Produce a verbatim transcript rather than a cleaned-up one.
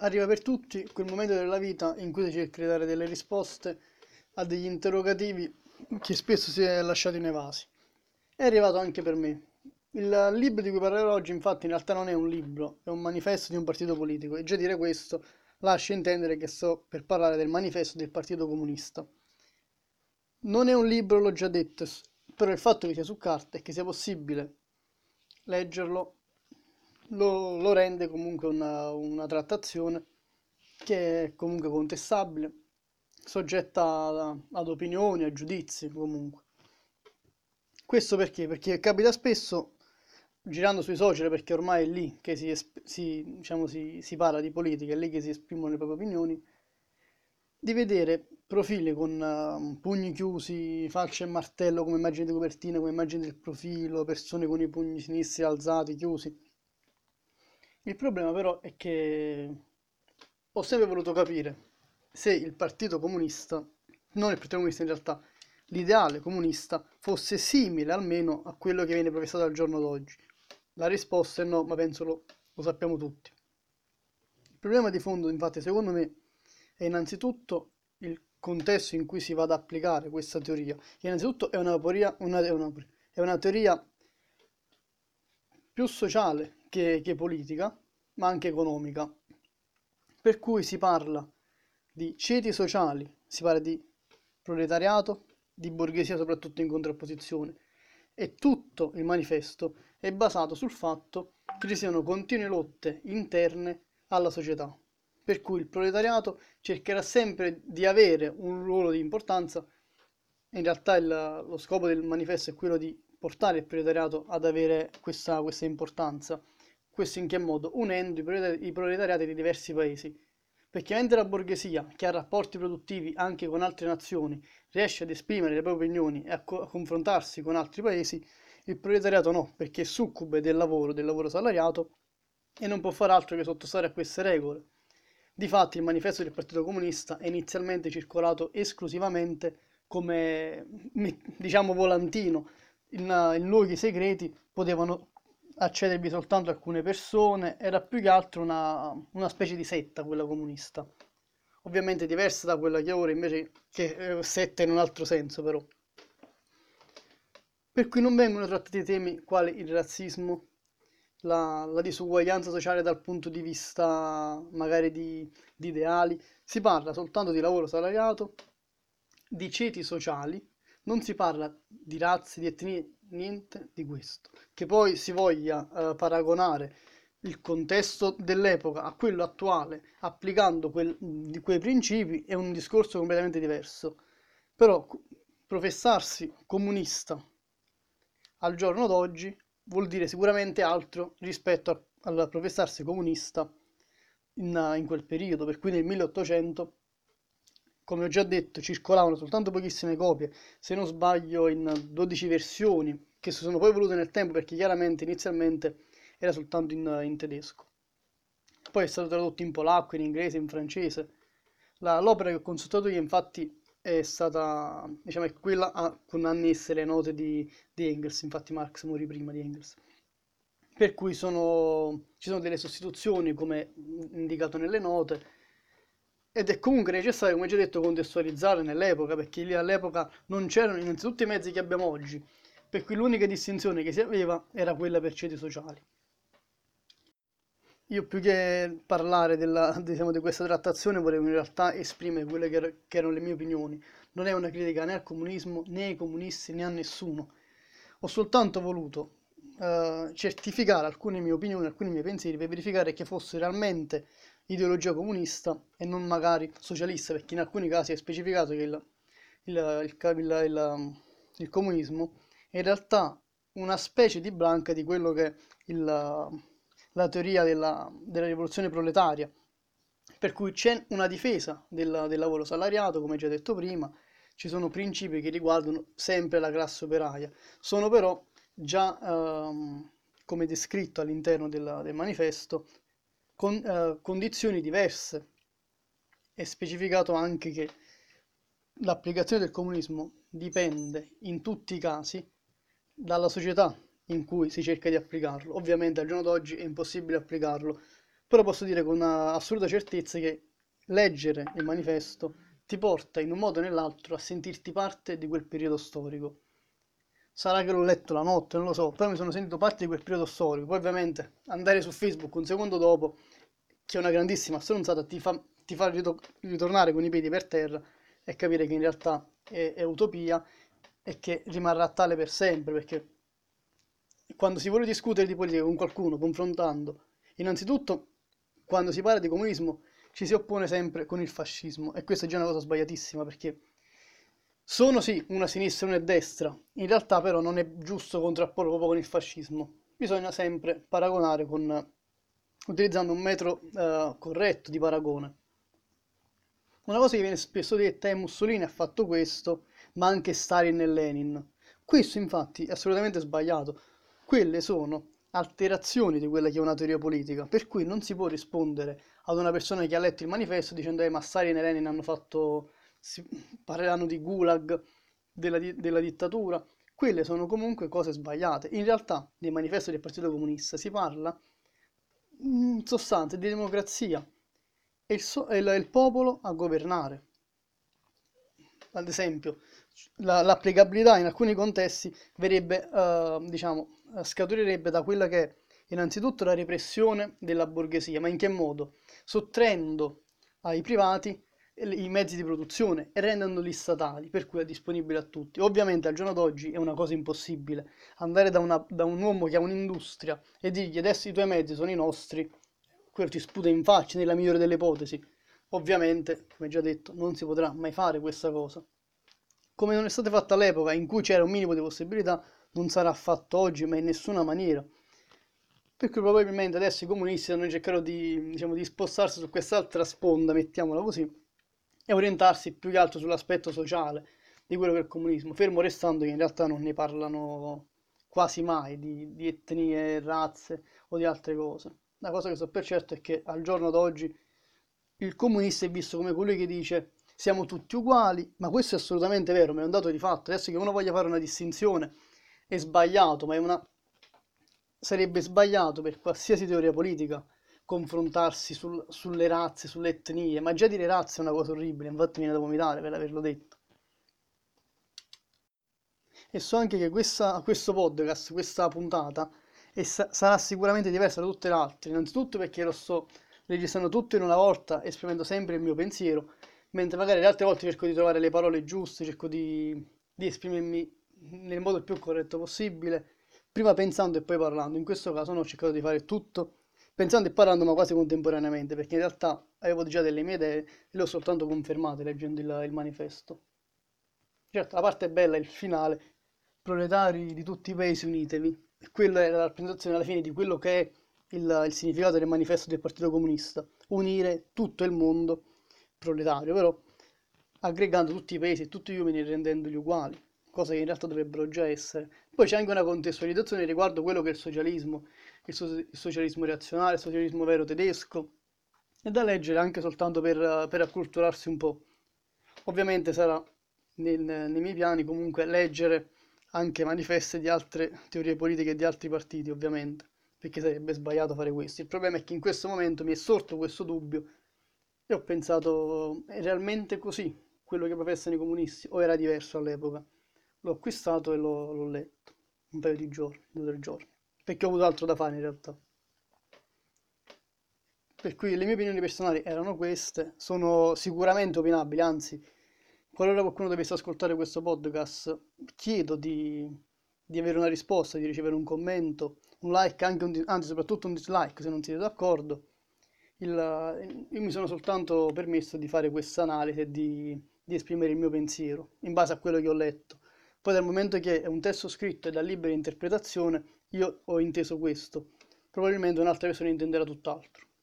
Arriva per tutti quel momento della vita in cui si cerca di dare delle risposte a degli interrogativi che spesso si è lasciato inevasi. È arrivato anche per me. Il libro di cui parlerò oggi, infatti, in realtà non è un libro, è un manifesto di un partito politico, e già dire questo lascia intendere che sto per parlare del manifesto del Partito Comunista. Non è un libro, l'ho già detto, s- però il fatto che sia su carta e che sia possibile leggerlo lo, lo rende comunque una, una trattazione che è comunque contestabile, soggetta a- ad opinioni, a giudizi comunque. Questo perché? Perché capita spesso, girando sui social, perché ormai è lì che si, esp- si, diciamo, si, si parla di politica, è lì che si esprimono le proprie opinioni, di vedere profili con eh, pugni chiusi, falce e martello come immagine di copertina, come immagine del profilo, persone con i pugni sinistri alzati, chiusi. Il problema però è che ho sempre voluto capire se il Partito Comunista, non il Partito Comunista in realtà, l'ideale comunista fosse simile almeno a quello che viene professato al giorno d'oggi. La risposta è no, ma penso lo, lo sappiamo tutti. Il problema di fondo, infatti, secondo me, è innanzitutto il contesto in cui si va ad applicare questa teoria. Innanzitutto è una teoria, una- è una- è una teoria più sociale che, che politica, ma anche economica, per cui si parla di ceti sociali, si parla di proletariato, di borghesia soprattutto in contrapposizione, e tutto il manifesto è basato sul fatto che ci siano continue lotte interne alla società, per cui il proletariato cercherà sempre di avere un ruolo di importanza. In realtà il- lo scopo del manifesto è quello di portare il proletariato ad avere questa, questa importanza. Questo in che modo? Unendo i proletari- i proletariati di diversi paesi. Perché mentre la borghesia, che ha rapporti produttivi anche con altre nazioni, riesce ad esprimere le proprie opinioni e a, co- a confrontarsi con altri paesi, il proletariato no, perché è succube del lavoro, del lavoro salariato, e non può fare altro che sottostare a queste regole. Difatti, il manifesto del Partito Comunista è inizialmente circolato esclusivamente come, me- diciamo, volantino. In, in luoghi segreti potevano accedervi soltanto alcune persone, era più che altro una, una specie di setta quella comunista. Ovviamente diversa da quella che ora invece, che eh, setta in un altro senso però. Per cui non vengono trattati temi quali il razzismo, la, la disuguaglianza sociale dal punto di vista magari di, di ideali, si parla soltanto di lavoro salariato, di ceti sociali, non si parla di razze, di etnie, niente di questo. Che poi si voglia eh, paragonare il contesto dell'epoca a quello attuale, applicando quel- di quei principi, è un discorso completamente diverso. Però co- professarsi comunista al giorno d'oggi vuol dire sicuramente altro rispetto a- al professarsi comunista in, in quel periodo, per cui nel milleottocento, come ho già detto, circolavano soltanto pochissime copie, se non sbaglio in dodici versioni, che si sono poi evolute nel tempo perché chiaramente inizialmente era soltanto in, in tedesco. Poi è stato tradotto in polacco, in inglese, in francese. La- l'opera che ho consultato io, infatti, è stata, diciamo, è quella a- con annesse le note di, di Engels, infatti Marx morì prima di Engels. Per cui sono, ci sono delle sostituzioni, come indicato nelle note, ed è comunque necessario, come già detto, contestualizzare nell'epoca, perché lì all'epoca non c'erano innanzitutto i mezzi che abbiamo oggi, per cui l'unica distinzione che si aveva era quella per ceti sociali. Io più che parlare della- diciamo, di questa trattazione volevo in realtà esprimere quelle che, er- che erano le mie opinioni. Non è una critica né al comunismo, né ai comunisti, né a nessuno. Ho soltanto voluto eh, certificare alcune mie opinioni, alcuni miei pensieri per verificare che fosse realmente ideologia comunista e non magari socialista, perché in alcuni casi è specificato che il, il- il ca- il- il- il comunismo è in realtà una specie di branca di quello che è il, la teoria della, della rivoluzione proletaria, per cui c'è una difesa del, del lavoro salariato, come già detto prima, ci sono principi che riguardano sempre la classe operaia, sono però già, ehm, come descritto all'interno della- del manifesto, con eh, condizioni diverse. È specificato anche che l'applicazione del comunismo dipende in tutti i casi dalla società in cui si cerca di applicarlo. Ovviamente al giorno d'oggi è impossibile applicarlo, però posso dire con una assoluta certezza che leggere il manifesto ti porta in un modo o nell'altro a sentirti parte di quel periodo storico. Sarà che l'ho letto la notte, non lo so, però mi sono sentito parte di quel periodo storico. Poi ovviamente andare su Facebook un secondo dopo, che è una grandissima stronzata, ti fa, ti fa ritor- ritornare con i piedi per terra e capire che in realtà è, è utopia e che rimarrà tale per sempre, perché quando si vuole discutere di politica con qualcuno, confrontando, innanzitutto quando si parla di comunismo ci si oppone sempre con il fascismo e questa è già una cosa sbagliatissima perché sono sì una sinistra e una destra, in realtà però non è giusto contrapporlo proprio con il fascismo, bisogna sempre paragonare con, utilizzando un metro eh, corretto di paragone. Una cosa che viene spesso detta è Mussolini ha fatto questo, ma anche Stalin e Lenin. Questo infatti è assolutamente sbagliato. Quelle sono alterazioni di quella che è una teoria politica, per cui non si può rispondere ad una persona che ha letto il manifesto dicendo eh, ma Stalin e Lenin hanno fatto, si, parleranno di gulag, della, di- della dittatura. Quelle sono comunque cose sbagliate. In realtà nel manifesto del Partito Comunista si parla in sostanza di democrazia, è il, so- è il- è il popolo a governare. Ad esempio, la- l'applicabilità in alcuni contesti verrebbe, eh, diciamo, eh, scaturirebbe da quella che è innanzitutto la repressione della borghesia, ma in che modo? Sottraendo ai privati il- i mezzi di produzione e rendendoli statali, per cui è disponibile a tutti. Ovviamente al giorno d'oggi è una cosa impossibile. Andare da, una- da un uomo che ha un'industria e dirgli adesso i tuoi mezzi sono i nostri, quello ti sputa in faccia nella migliore delle ipotesi. Ovviamente, come già detto, non si potrà mai fare questa cosa. Come non è stata fatta all'epoca in cui c'era un minimo di possibilità, non sarà fatto oggi, ma in nessuna maniera. Perché probabilmente adesso i comunisti stanno cercando di, diciamo, di spostarsi su quest'altra sponda, mettiamola così, e orientarsi più che altro sull'aspetto sociale di quello che è il comunismo, fermo restando che in realtà non ne parlano quasi mai di, di etnie, razze o di altre cose. La cosa che so per certo è che al giorno d'oggi il comunista è visto come colui che dice siamo tutti uguali, ma questo è assolutamente vero, ma è un dato di fatto. Adesso che uno voglia fare una distinzione è sbagliato, ma è una... sarebbe sbagliato per qualsiasi teoria politica confrontarsi sul- sulle razze, sulle etnie, ma già dire razza è una cosa orribile, infatti mi viene da vomitare per averlo detto. E so anche che questa- questo podcast, questa puntata, è sa- sarà sicuramente diversa da tutte le altre. Innanzitutto perché lo sto registrando tutto in una volta, esprimendo sempre il mio pensiero, mentre magari le altre volte cerco di trovare le parole giuste, cerco di, di esprimermi nel modo più corretto possibile, prima pensando e poi parlando. In questo caso no, ho cercato di fare tutto pensando e parlando, ma quasi contemporaneamente, perché in realtà avevo già delle mie idee e le ho soltanto confermate leggendo il il manifesto. Certo, la parte bella è il finale, proletari di tutti i paesi unitevi, e quella è la rappresentazione alla fine di quello che è il, il significato del manifesto del Partito Comunista, unire tutto il mondo proletario, però aggregando tutti i paesi e tutti gli uomini e rendendoli uguali, cosa che in realtà dovrebbero già essere. Poi c'è anche una contestualizzazione riguardo quello che è il socialismo, il, so- il socialismo reazionario, il socialismo vero tedesco, è da leggere anche soltanto per, per acculturarsi un po'. Ovviamente sarà nel- nei miei piani comunque leggere anche manifesti di altre teorie politiche e di altri partiti, ovviamente, perché sarebbe sbagliato fare questo. Il problema è che in questo momento mi è sorto questo dubbio e ho pensato, è realmente così quello che professano i comunisti o era diverso all'epoca? L'ho acquistato e l'ho l'ho letto un paio di giorni, due o tre giorni, perché ho avuto altro da fare in realtà. Per cui le mie opinioni personali erano queste, sono sicuramente opinabili, anzi, qualora qualcuno dovesse ascoltare questo podcast, chiedo di, di avere una risposta, di ricevere un commento, un like, anche un di- anzi soprattutto un dislike se non siete d'accordo. Il- io mi sono soltanto permesso di fare questa analisi e di, di esprimere il mio pensiero in base a quello che ho letto. Poi dal momento che è un testo scritto e da libera interpretazione, io ho inteso questo. Probabilmente un'altra persona intenderà tutt'altro.